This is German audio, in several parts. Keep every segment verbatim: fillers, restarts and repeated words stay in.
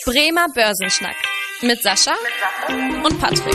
Bremer Börsenschnack mit Sascha und Patrick.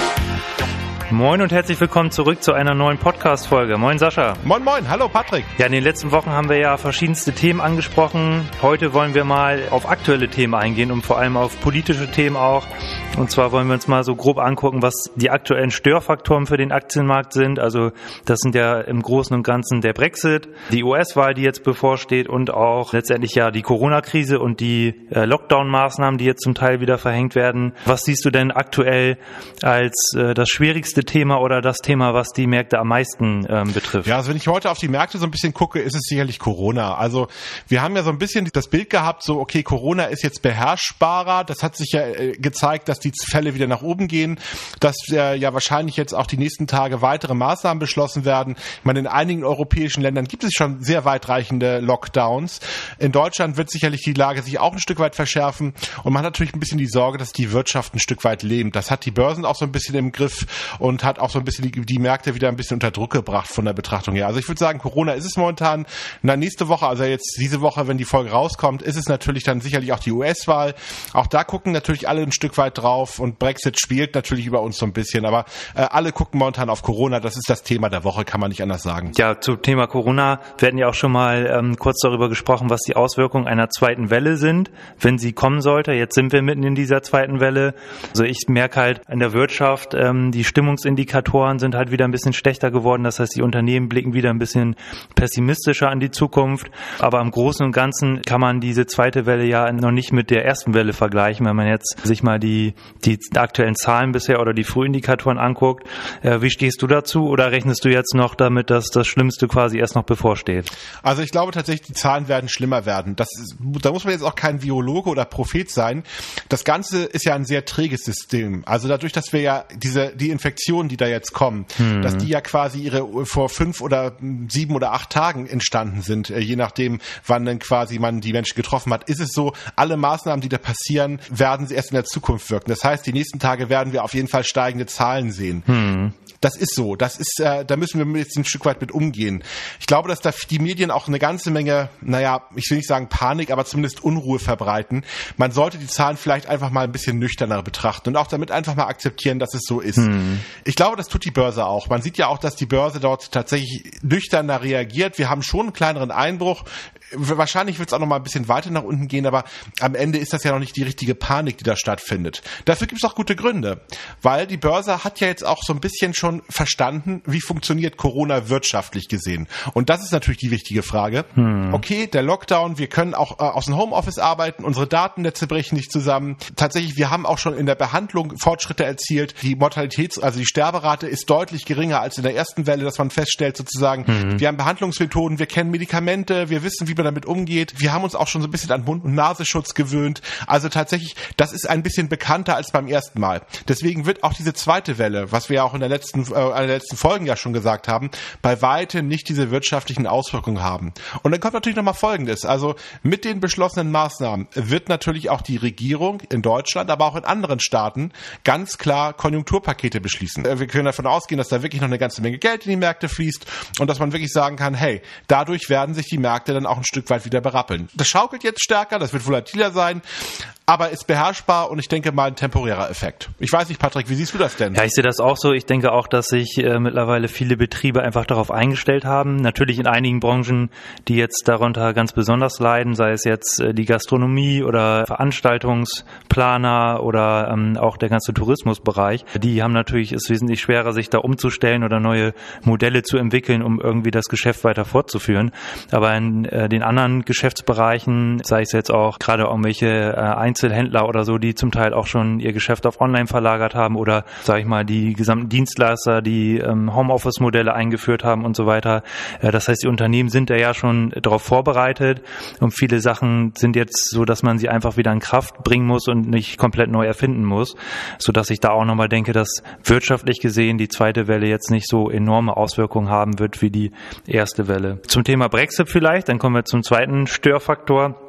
Moin und herzlich willkommen zurück zu einer neuen Podcast-Folge. Moin Sascha. Moin moin, hallo Patrick. Ja, in den letzten Wochen haben wir ja verschiedenste Themen angesprochen. Heute wollen wir mal auf aktuelle Themen eingehen und vor allem auf politische Themen auch. Und zwar wollen wir uns mal so grob angucken, was die aktuellen Störfaktoren für den Aktienmarkt sind. Also das sind ja im Großen und Ganzen der Brexit, die U S-Wahl, die jetzt bevorsteht und auch letztendlich ja die Corona-Krise und die äh, Lockdown-Maßnahmen, die jetzt zum Teil wieder verhängt werden. Was siehst du denn aktuell als äh, das schwierigste Thema oder das Thema, was die Märkte am meisten ähm, betrifft? Ja, also wenn ich heute auf die Märkte so ein bisschen gucke, ist es sicherlich Corona. Also wir haben ja so ein bisschen das Bild gehabt, so okay, Corona ist jetzt beherrschbarer. Das hat sich ja äh, gezeigt, dass die Fälle wieder nach oben gehen, dass äh, ja wahrscheinlich jetzt auch die nächsten Tage weitere Maßnahmen beschlossen werden. Ich meine, in einigen europäischen Ländern gibt es schon sehr weitreichende Lockdowns. In Deutschland wird sicherlich die Lage sich auch ein Stück weit verschärfen und man hat natürlich ein bisschen die Sorge, dass die Wirtschaft ein Stück weit lähmt. Das hat die Börsen auch so ein bisschen im Griff und hat auch so ein bisschen die, die Märkte wieder ein bisschen unter Druck gebracht von der Betrachtung her. Also ich würde sagen, Corona ist es momentan. Na, nächste Woche, also jetzt diese Woche, wenn die Folge rauskommt, ist es natürlich dann sicherlich auch die U S-Wahl. Auch da gucken natürlich alle ein Stück weit drauf. Und Brexit spielt natürlich über uns so ein bisschen, aber äh, alle gucken momentan auf Corona, das ist das Thema der Woche, kann man nicht anders sagen. Ja, zum Thema Corona, wir hatten ja auch schon mal ähm, kurz darüber gesprochen, was die Auswirkungen einer zweiten Welle sind, wenn sie kommen sollte. Jetzt sind wir mitten in dieser zweiten Welle. Also ich merke halt in der Wirtschaft, ähm, die Stimmungsindikatoren sind halt wieder ein bisschen schlechter geworden, das heißt, die Unternehmen blicken wieder ein bisschen pessimistischer an die Zukunft, aber im Großen und Ganzen kann man diese zweite Welle ja noch nicht mit der ersten Welle vergleichen, wenn man jetzt sich mal die die aktuellen Zahlen bisher oder die Frühindikatoren anguckt. Äh, wie stehst du dazu oder rechnest du jetzt noch damit, dass das Schlimmste quasi erst noch bevorsteht? Also ich glaube tatsächlich, die Zahlen werden schlimmer werden. Das ist, da muss man jetzt auch kein Virologe oder Prophet sein. Das Ganze ist ja ein sehr träges System. Also dadurch, dass wir ja diese die Infektionen, die da jetzt kommen, hm. dass die ja quasi ihre vor fünf oder sieben oder acht Tagen entstanden sind, je nachdem, wann dann quasi man die Menschen getroffen hat, ist es so, alle Maßnahmen, die da passieren, werden sie erst in der Zukunft wirken. Das heißt, die nächsten Tage werden wir auf jeden Fall steigende Zahlen sehen. Hm. Das ist so. Das ist, äh, da müssen wir jetzt ein Stück weit mit umgehen. Ich glaube, dass da die Medien auch eine ganze Menge, naja, ich will nicht sagen Panik, aber zumindest Unruhe verbreiten. Man sollte die Zahlen vielleicht einfach mal ein bisschen nüchterner betrachten und auch damit einfach mal akzeptieren, dass es so ist. Hm. Ich glaube, das tut die Börse auch. Man sieht ja auch, dass die Börse dort tatsächlich nüchterner reagiert. Wir haben schon einen kleineren Einbruch. Wahrscheinlich wird es auch noch mal ein bisschen weiter nach unten gehen, aber am Ende ist das ja noch nicht die richtige Panik, die da stattfindet. Dafür gibt es auch gute Gründe, weil die Börse hat ja jetzt auch so ein bisschen schon verstanden, wie funktioniert Corona wirtschaftlich gesehen. Und das ist natürlich die wichtige Frage. Hm. Okay, der Lockdown, wir können auch äh, aus dem Homeoffice arbeiten, unsere Datennetze brechen nicht zusammen. Tatsächlich, wir haben auch schon in der Behandlung Fortschritte erzielt. Die Mortalitäts-, also die Sterberate ist deutlich geringer als in der ersten Welle, dass man feststellt sozusagen, hm. wir haben Behandlungsmethoden, wir kennen Medikamente, wir wissen, wie man damit umgeht. Wir haben uns auch schon so ein bisschen an Mund- und Nasenschutz gewöhnt. Also tatsächlich, das ist ein bisschen bekannter als beim ersten Mal. Deswegen wird auch diese zweite Welle, was wir ja auch in der letzten, äh, in den letzten Folgen ja schon gesagt haben, bei weitem nicht diese wirtschaftlichen Auswirkungen haben. Und dann kommt natürlich nochmal Folgendes. Also mit den beschlossenen Maßnahmen wird natürlich auch die Regierung in Deutschland, aber auch in anderen Staaten ganz klar Konjunkturpakete beschließen. Wir können davon ausgehen, dass da wirklich noch eine ganze Menge Geld in die Märkte fließt und dass man wirklich sagen kann, hey, dadurch werden sich die Märkte dann auch ein Stück weit wieder berappeln. Das schaukelt jetzt stärker, das wird volatiler sein, aber ist beherrschbar und ich denke mal ein temporärer Effekt. Ich weiß nicht, Patrick, wie siehst du das denn? Ja, ich sehe das auch so. Ich denke auch, dass sich äh, mittlerweile viele Betriebe einfach darauf eingestellt haben. Natürlich in einigen Branchen, die jetzt darunter ganz besonders leiden, sei es jetzt äh, die Gastronomie oder Veranstaltungsplaner oder ähm, auch der ganze Tourismusbereich. Die haben natürlich es wesentlich schwerer, sich da umzustellen oder neue Modelle zu entwickeln, um irgendwie das Geschäft weiter fortzuführen. Aber in äh, den anderen Geschäftsbereichen, sei es jetzt auch gerade irgendwelche äh, Einzelhändler oder so, die zum Teil auch schon ihr Geschäft auf Online verlagert haben oder, sage ich mal, die gesamten Dienstleister, die ähm, Homeoffice-Modelle eingeführt haben und so weiter. Äh, das heißt, die Unternehmen sind da ja schon darauf vorbereitet und viele Sachen sind jetzt so, dass man sie einfach wieder in Kraft bringen muss und nicht komplett neu erfinden muss, sodass ich da auch nochmal denke, dass wirtschaftlich gesehen die zweite Welle jetzt nicht so enorme Auswirkungen haben wird wie die erste Welle. Zum Thema Brexit vielleicht, dann kommen wir zum zweiten Störfaktor.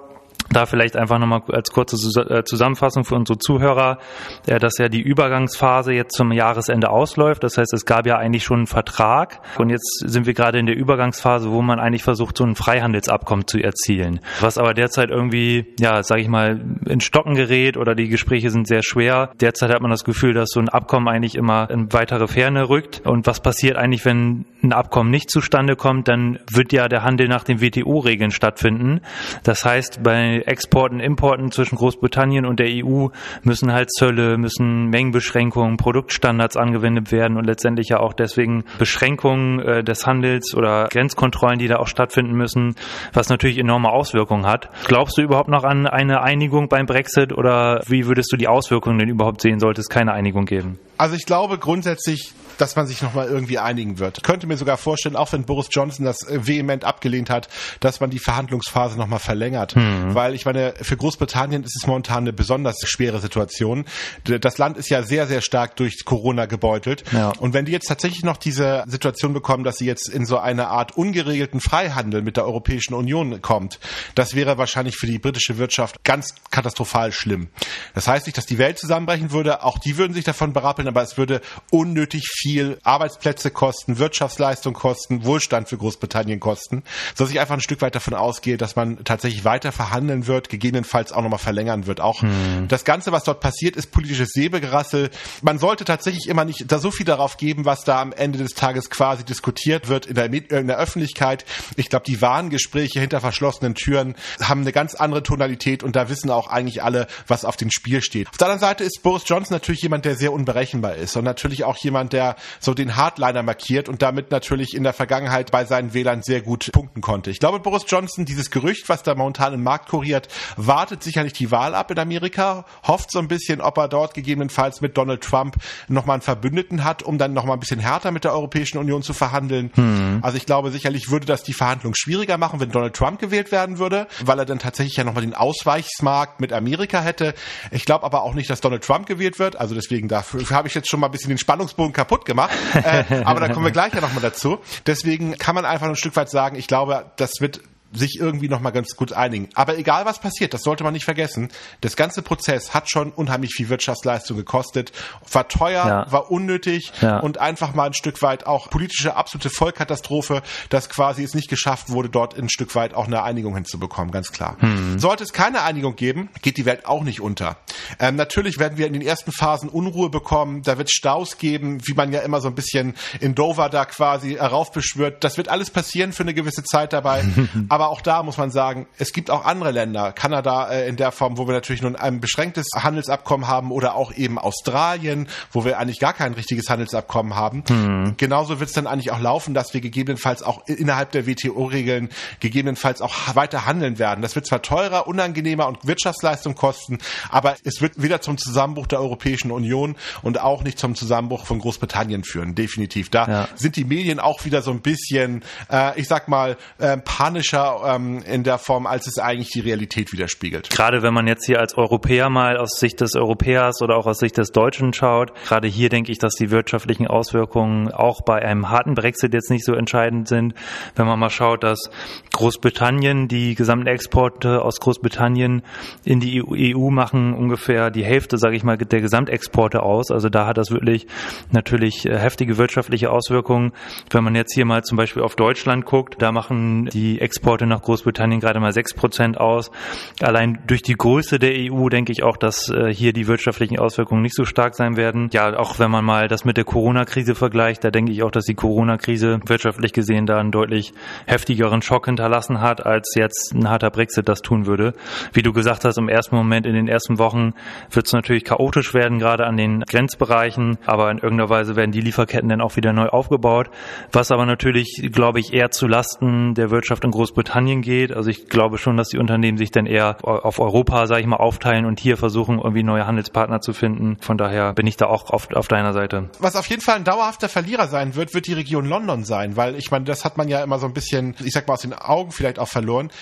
Da vielleicht einfach nochmal als kurze Zusammenfassung für unsere Zuhörer, dass ja die Übergangsphase jetzt zum Jahresende ausläuft. Das heißt, es gab ja eigentlich schon einen Vertrag und jetzt sind wir gerade in der Übergangsphase, wo man eigentlich versucht, so ein Freihandelsabkommen zu erzielen. Was aber derzeit irgendwie, ja, sage ich mal, in Stocken gerät oder die Gespräche sind sehr schwer. Derzeit hat man das Gefühl, dass so ein Abkommen eigentlich immer in weitere Ferne rückt. Und was passiert eigentlich, wenn ein Abkommen nicht zustande kommt? Dann wird ja der Handel nach den W T O-Regeln stattfinden. Das heißt, bei Exporten, Importen zwischen Großbritannien und der E U müssen halt Zölle, müssen Mengenbeschränkungen, Produktstandards angewendet werden und letztendlich ja auch deswegen Beschränkungen äh, des Handels oder Grenzkontrollen, die da auch stattfinden müssen, was natürlich enorme Auswirkungen hat. Glaubst du überhaupt noch an eine Einigung beim Brexit oder wie würdest du die Auswirkungen denn überhaupt sehen, sollte es keine Einigung geben? Also ich glaube grundsätzlich, dass man sich nochmal irgendwie einigen wird. Ich könnte mir sogar vorstellen, auch wenn Boris Johnson das vehement abgelehnt hat, dass man die Verhandlungsphase nochmal verlängert. Hm. Weil ich meine, für Großbritannien ist es momentan eine besonders schwere Situation. Das Land ist ja sehr, sehr stark durch Corona gebeutelt. Ja. Und wenn die jetzt tatsächlich noch diese Situation bekommen, dass sie jetzt in so eine Art ungeregelten Freihandel mit der Europäischen Union kommt, das wäre wahrscheinlich für die britische Wirtschaft ganz katastrophal schlimm. Das heißt nicht, dass die Welt zusammenbrechen würde, auch die würden sich davon berappeln, aber es würde unnötig viel Arbeitsplätze kosten, Wirtschaftsleistung kosten, Wohlstand für Großbritannien kosten, sodass ich einfach ein Stück weit davon ausgehe, dass man tatsächlich weiter verhandeln wird, gegebenenfalls auch nochmal verlängern wird. Auch hm. das Ganze, was dort passiert, ist politisches Säbelgerassel. Man sollte tatsächlich immer nicht da so viel darauf geben, was da am Ende des Tages quasi diskutiert wird in der, in der Öffentlichkeit. Ich glaube, die wahren Gespräche hinter verschlossenen Türen haben eine ganz andere Tonalität und da wissen auch eigentlich alle, was auf dem Spiel steht. Auf der anderen Seite ist Boris Johnson natürlich jemand, der sehr unberechenbar ist und natürlich auch jemand, der so den Hardliner markiert und damit natürlich in der Vergangenheit bei seinen Wählern sehr gut punkten konnte. Ich glaube, Boris Johnson, dieses Gerücht, was da momentan im Markt kuriert, wartet sicherlich die Wahl ab in Amerika, hofft so ein bisschen, ob er dort gegebenenfalls mit Donald Trump nochmal einen Verbündeten hat, um dann nochmal ein bisschen härter mit der Europäischen Union zu verhandeln. Hm. Also ich glaube, sicherlich würde das die Verhandlung schwieriger machen, wenn Donald Trump gewählt werden würde, weil er dann tatsächlich ja nochmal den Ausweichsmarkt mit Amerika hätte. Ich glaube aber auch nicht, dass Donald Trump gewählt wird, also deswegen dafür habe ich jetzt schon mal ein bisschen den Spannungsbogen kaputt gemacht, äh, aber da kommen wir gleich ja nochmal dazu. Deswegen kann man einfach ein Stück weit sagen, ich glaube, das wird sich irgendwie nochmal ganz gut einigen. Aber egal, was passiert, das sollte man nicht vergessen. Das ganze Prozess hat schon unheimlich viel Wirtschaftsleistung gekostet, war teuer, ja. war unnötig ja. und einfach mal ein Stück weit auch politische absolute Vollkatastrophe, dass quasi es nicht geschafft wurde, dort ein Stück weit auch eine Einigung hinzubekommen, ganz klar. Hm. Sollte es keine Einigung geben, geht die Welt auch nicht unter. Ähm, natürlich werden wir in den ersten Phasen Unruhe bekommen, da wird es Staus geben, wie man ja immer so ein bisschen in Dover da quasi heraufbeschwört. Das wird alles passieren für eine gewisse Zeit dabei, aber auch da muss man sagen, es gibt auch andere Länder, Kanada äh, in der Form, wo wir natürlich nur ein beschränktes Handelsabkommen haben oder auch eben Australien, wo wir eigentlich gar kein richtiges Handelsabkommen haben. Hm. Genauso wird es dann eigentlich auch laufen, dass wir gegebenenfalls auch innerhalb der W T O-Regeln gegebenenfalls auch weiter handeln werden. Das wird zwar teurer, unangenehmer und Wirtschaftsleistung kosten, aber es wird weder zum Zusammenbruch der Europäischen Union und auch nicht zum Zusammenbruch von Großbritannien führen, definitiv. Da ja. sind die Medien auch wieder so ein bisschen, äh, ich sag mal, äh, panischer in der Form, als es eigentlich die Realität widerspiegelt. Gerade wenn man jetzt hier als Europäer mal aus Sicht des Europäers oder auch aus Sicht des Deutschen schaut, gerade hier denke ich, dass die wirtschaftlichen Auswirkungen auch bei einem harten Brexit jetzt nicht so entscheidend sind. Wenn man mal schaut, dass Großbritannien, die gesamten Exporte aus Großbritannien in die E U machen ungefähr die Hälfte, sage ich mal, der Gesamtexporte aus. Also da hat das wirklich natürlich heftige wirtschaftliche Auswirkungen. Wenn man jetzt hier mal zum Beispiel auf Deutschland guckt, da machen die Exporte nach Großbritannien gerade mal sechs Prozent aus. Allein durch die Größe der E U denke ich auch, dass äh, hier die wirtschaftlichen Auswirkungen nicht so stark sein werden. Ja, auch wenn man mal das mit der Corona-Krise vergleicht, da denke ich auch, dass die Corona-Krise wirtschaftlich gesehen da einen deutlich heftigeren Schock hinterlassen hat, als jetzt ein harter Brexit das tun würde. Wie du gesagt hast, im ersten Moment, in den ersten Wochen wird es natürlich chaotisch werden, gerade an den Grenzbereichen, aber in irgendeiner Weise werden die Lieferketten dann auch wieder neu aufgebaut, was aber natürlich, glaube ich, eher zu Lasten der Wirtschaft in Großbritannien geht. Also ich glaube schon, dass die Unternehmen sich dann eher auf Europa, sage ich mal, aufteilen und hier versuchen, irgendwie neue Handelspartner zu finden. Von daher bin ich da auch auf, auf deiner Seite. Was auf jeden Fall ein dauerhafter Verlierer sein wird, wird die Region London sein, weil ich meine, das hat man ja immer so ein bisschen, ich sag mal, aus den Augen vielleicht auch verloren.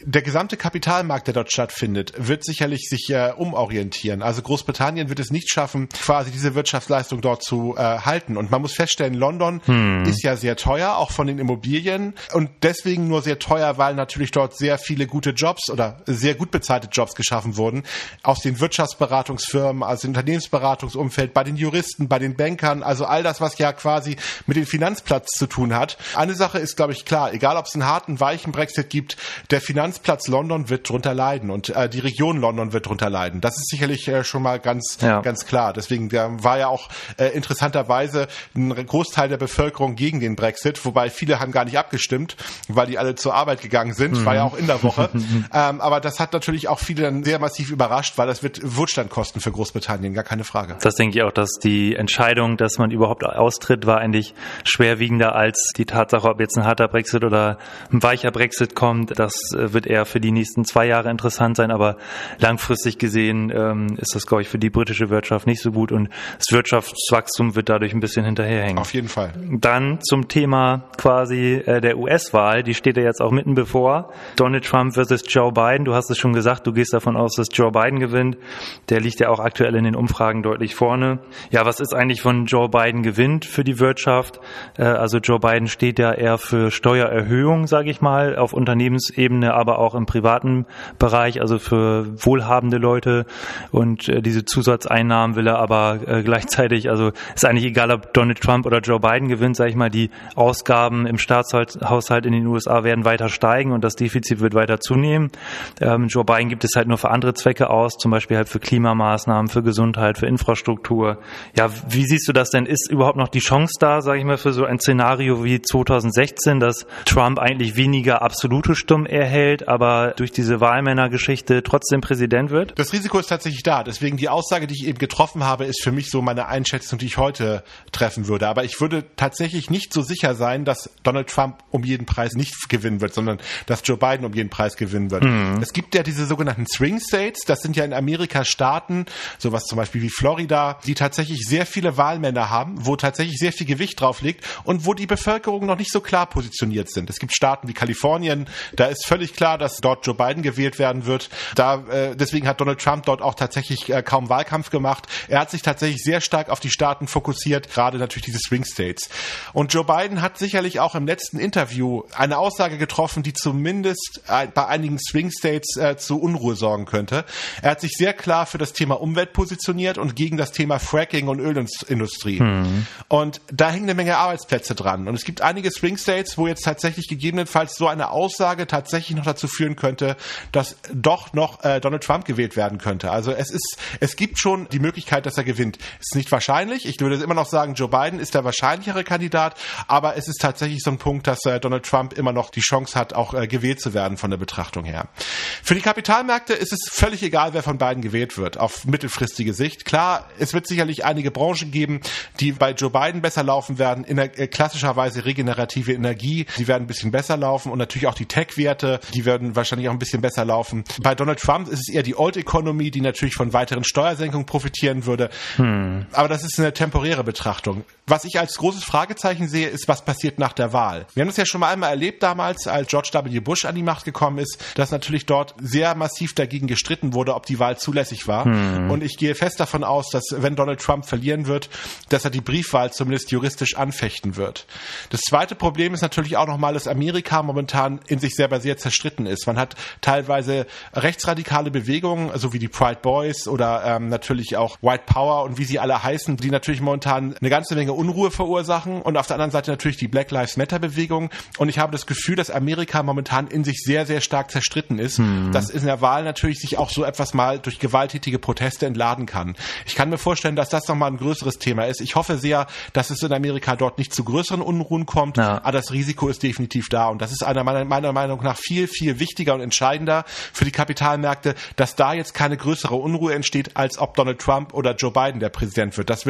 Der gesamte Kapitalmarkt, der dort stattfindet, wird sicherlich sich äh, umorientieren. Also Großbritannien wird es nicht schaffen, quasi diese Wirtschaftsleistung dort zu äh, halten. Und man muss feststellen, London hm. ist ja sehr teuer, auch von den Immobilien. Und deswegen nur sehr teuer, weil natürlich dort sehr viele gute Jobs oder sehr gut bezahlte Jobs geschaffen wurden. Aus den Wirtschaftsberatungsfirmen, also Unternehmensberatungsumfeld, bei den Juristen, bei den Bankern, also all das, was ja quasi mit dem Finanzplatz zu tun hat. Eine Sache ist, glaube ich, klar, egal ob es einen harten, weichen Brexit gibt, der Finanzplatz London wird drunter leiden und äh, die Region London wird drunter leiden. Das ist sicherlich äh, schon mal ganz, ja. ganz klar. Deswegen äh, war ja auch äh, interessanterweise ein Großteil der Bevölkerung gegen den Brexit, wobei viele haben gar nicht abgestimmt, weil die alle zur Arbeit gegangen sind. Mhm. War ja auch in der Woche. ähm, aber das hat natürlich auch viele dann sehr massiv überrascht, weil das wird Wohlstand kosten für Großbritannien, gar keine Frage. Das denke ich auch, dass die Entscheidung, dass man überhaupt austritt, war eigentlich schwerwiegender als die Tatsache, ob jetzt ein harter Brexit oder ein weicher Brexit kommt. Das wird eher für die nächsten zwei Jahre interessant sein, aber langfristig gesehen ähm, ist das, glaube ich, für die britische Wirtschaft nicht so gut und das Wirtschaftswachstum wird dadurch ein bisschen hinterherhängen. Auf jeden Fall. Dann zum Thema quasi äh, der U S-Wahl, die steht ja jetzt auch mitten bevor. Donald Trump versus Joe Biden, du hast es schon gesagt, du gehst davon aus, dass Joe Biden gewinnt. Der liegt ja auch aktuell in den Umfragen deutlich vorne. Ja, was ist eigentlich von Joe Biden gewinnt für die Wirtschaft? Äh, also Joe Biden steht ja eher für Steuererhöhung, sage ich mal, auf Unternehmensebene, aber auch im privaten Bereich, also für wohlhabende Leute. Und äh, diese Zusatzeinnahmen will er aber äh, gleichzeitig, also ist eigentlich egal, ob Donald Trump oder Joe Biden gewinnt, sage ich mal, die Ausgaben im Staatshaushalt in den U S A werden weiter steigen und das Defizit wird weiter zunehmen. Ähm, Joe Biden gibt es halt nur für andere Zwecke aus, zum Beispiel halt für Klimamaßnahmen, für Gesundheit, für Infrastruktur. Ja, wie siehst du das denn? Ist überhaupt noch die Chance da, sage ich mal, für so ein Szenario wie zweitausendsechzehn, dass Trump eigentlich weniger absolute Stimmen erhält, aber durch diese Wahlmännergeschichte trotzdem Präsident wird? Das Risiko ist tatsächlich da. Deswegen die Aussage, die ich eben getroffen habe, ist für mich so meine Einschätzung, die ich heute treffen würde. Aber ich würde tatsächlich nicht so sicher sein, dass Donald Trump um jeden Preis nicht gewinnen wird, sondern dass Joe Biden um jeden Preis gewinnen wird. Mhm. Es gibt ja diese sogenannten Swing States. Das sind ja in Amerika Staaten, sowas zum Beispiel wie Florida, die tatsächlich sehr viele Wahlmänner haben, wo tatsächlich sehr viel Gewicht drauf liegt und wo die Bevölkerung noch nicht so klar positioniert sind. Es gibt Staaten wie Kalifornien, da ist völlig klar, dass dort Joe Biden gewählt werden wird. Da, äh, deswegen hat Donald Trump dort auch tatsächlich äh, kaum Wahlkampf gemacht. Er hat sich tatsächlich sehr stark auf die Staaten fokussiert, gerade natürlich diese Swing States. Und Joe Biden hat sicherlich auch im letzten Interview eine Aussage getroffen, die zumindest äh, bei einigen Swing States äh, zu Unruhe sorgen könnte. Er hat sich sehr klar für das Thema Umwelt positioniert und gegen das Thema Fracking und Ölindustrie. Mhm. Und da hängen eine Menge Arbeitsplätze dran. Und es gibt einige Swing States, wo jetzt tatsächlich gegebenenfalls so eine Aussage tatsächlich noch dazu führen könnte, dass doch noch äh, Donald Trump gewählt werden könnte. Also es ist, es gibt schon die Möglichkeit, dass er gewinnt. Es ist nicht wahrscheinlich. Ich würde immer noch sagen, Joe Biden ist der wahrscheinlichere Kandidat, aber es ist tatsächlich so ein Punkt, dass äh, Donald Trump immer noch die Chance hat, auch äh, gewählt zu werden von der Betrachtung her. Für die Kapitalmärkte ist es völlig egal, wer von beiden gewählt wird, auf mittelfristige Sicht. Klar, es wird sicherlich einige Branchen geben, die bei Joe Biden besser laufen werden, in der, äh, klassischerweise regenerative Energie, die werden ein bisschen besser laufen und natürlich auch die Tech-Werte, die werden wahrscheinlich auch ein bisschen besser laufen. Bei Donald Trump ist es eher die Old Economy, die natürlich von weiteren Steuersenkungen profitieren würde. Hm. Aber das ist eine temporäre Betrachtung. Was ich als großes Fragezeichen sehe, ist, was passiert nach der Wahl. Wir haben das ja schon mal einmal erlebt damals, als George W. Bush an die Macht gekommen ist, dass natürlich dort sehr massiv dagegen gestritten wurde, ob die Wahl zulässig war. Hm. Und ich gehe fest davon aus, dass wenn Donald Trump verlieren wird, dass er die Briefwahl zumindest juristisch anfechten wird. Das zweite Problem ist natürlich auch nochmal, dass Amerika momentan in sich selber sehr zerstritten ist. Man hat teilweise rechtsradikale Bewegungen, so wie die Pride Boys oder ähm, natürlich auch White Power und wie sie alle heißen, die natürlich momentan eine ganze Menge Unruhe verursachen und auf der anderen Seite natürlich die Black Lives Matter Bewegung. Und ich habe das Gefühl, dass Amerika momentan in sich sehr, sehr stark zerstritten ist, hm. dass in der Wahl natürlich sich auch so etwas mal durch gewalttätige Proteste entladen kann. Ich kann mir vorstellen, dass das nochmal ein größeres Thema ist. Ich hoffe sehr, dass es in Amerika dort nicht zu größeren Unruhen kommt, ja. aber das Risiko ist definitiv da und das ist einer meiner, meiner Meinung nach viel, viel wichtiger und entscheidender für die Kapitalmärkte, dass da jetzt keine größere Unruhe entsteht, als ob Donald Trump oder Joe Biden der Präsident wird. Das wird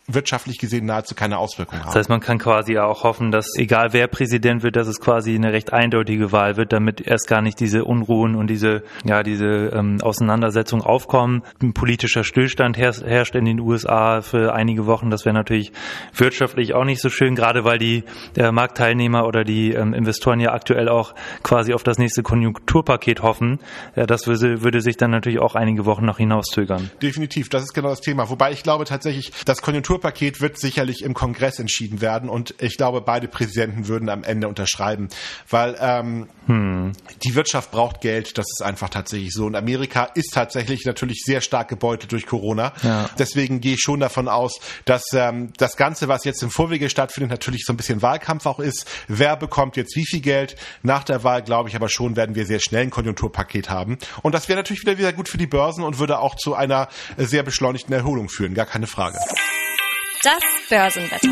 wirtschaftlich gesehen nahezu keine Auswirkungen haben. Das heißt, man kann quasi auch hoffen, dass egal wer Präsident wird, dass es quasi eine recht eindeutige Wahl wird, damit erst gar nicht diese Unruhen und diese ja diese ähm, Auseinandersetzungen aufkommen. Ein politischer Stillstand herrscht, herrscht in den U S A für einige Wochen. Das wäre natürlich wirtschaftlich auch nicht so schön, gerade weil die äh, Marktteilnehmer oder die ähm, Investoren ja aktuell auch quasi auf das nächste Konjunkturpaket hoffen. Ja, das würde, würde sich dann natürlich auch einige Wochen noch hinauszögern. Definitiv, das ist genau das Thema. Wobei ich glaube tatsächlich, das Konjunkturpaket wird sicherlich im Kongress entschieden werden und ich glaube, beide Präsidenten würden am Ende unterschreiben, weil ähm, hm. die Wirtschaft braucht Geld, das ist einfach tatsächlich so. Und Amerika ist tatsächlich natürlich sehr stark gebeutelt durch Corona. Ja. Deswegen gehe ich schon davon aus, dass ähm, das Ganze, was jetzt im Vorwege stattfindet, natürlich so ein bisschen Wahlkampf auch ist. Wer bekommt jetzt wie viel Geld? Nach der Wahl, glaube ich aber schon, werden wir sehr schnell ein Konjunkturpaket haben. Und das wäre natürlich wieder, wieder gut für die Börsen und würde auch zu einer sehr beschleunigten Erholung führen, gar keine Frage. Das Börsenwetter.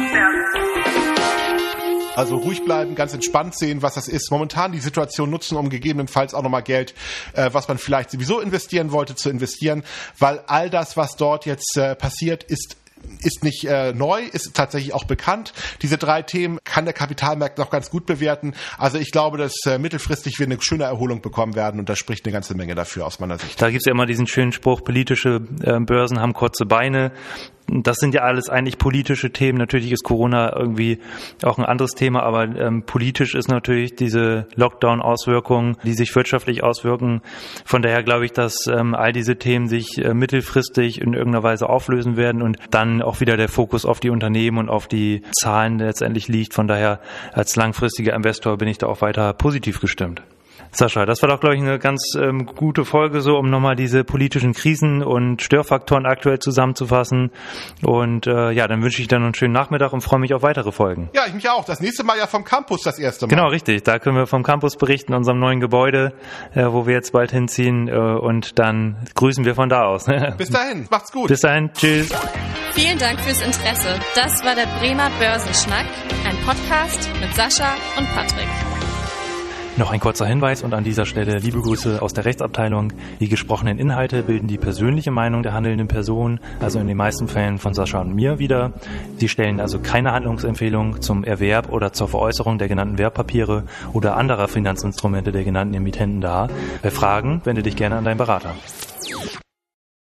Also ruhig bleiben, ganz entspannt sehen, was das ist. Momentan die Situation nutzen, um gegebenenfalls auch nochmal Geld, äh, was man vielleicht sowieso investieren wollte, zu investieren. Weil all das, was dort jetzt äh, passiert, ist ist nicht äh, neu, ist tatsächlich auch bekannt. Diese drei Themen kann der Kapitalmarkt noch ganz gut bewerten. Also ich glaube, dass äh, mittelfristig wir eine schöne Erholung bekommen werden und da spricht eine ganze Menge dafür aus meiner Sicht. Da gibt es ja immer diesen schönen Spruch, politische äh, Börsen haben kurze Beine. Das sind ja alles eigentlich politische Themen. Natürlich ist Corona irgendwie auch ein anderes Thema, aber ähm, politisch ist natürlich diese Lockdown-Auswirkungen, die sich wirtschaftlich auswirken. Von daher glaube ich, dass ähm, all diese Themen sich äh, mittelfristig in irgendeiner Weise auflösen werden und dann auch wieder der Fokus auf die Unternehmen und auf die Zahlen letztendlich liegt. Von daher als langfristiger Investor bin ich da auch weiter positiv gestimmt. Sascha, das war doch, glaube ich, eine ganz ähm, gute Folge, so um nochmal diese politischen Krisen und Störfaktoren aktuell zusammenzufassen. Und äh, ja, dann wünsche ich dir noch einen schönen Nachmittag und freue mich auf weitere Folgen. Ja, ich mich auch. Das nächste Mal ja vom Campus das erste Mal. Genau, richtig. Da können wir vom Campus berichten, unserem neuen Gebäude, äh, wo wir jetzt bald hinziehen. Äh, und dann grüßen wir von da aus. Bis dahin, macht's gut. Bis dahin, tschüss. Vielen Dank fürs Interesse. Das war der Bremer Börsenschnack, ein Podcast mit Sascha und Patrick. Noch ein kurzer Hinweis und an dieser Stelle liebe Grüße aus der Rechtsabteilung. Die gesprochenen Inhalte bilden die persönliche Meinung der handelnden Person, also in den meisten Fällen von Sascha und mir wider. Sie stellen also keine Handlungsempfehlung zum Erwerb oder zur Veräußerung der genannten Wertpapiere oder anderer Finanzinstrumente der genannten Emittenten dar. Bei Fragen wende dich gerne an deinen Berater.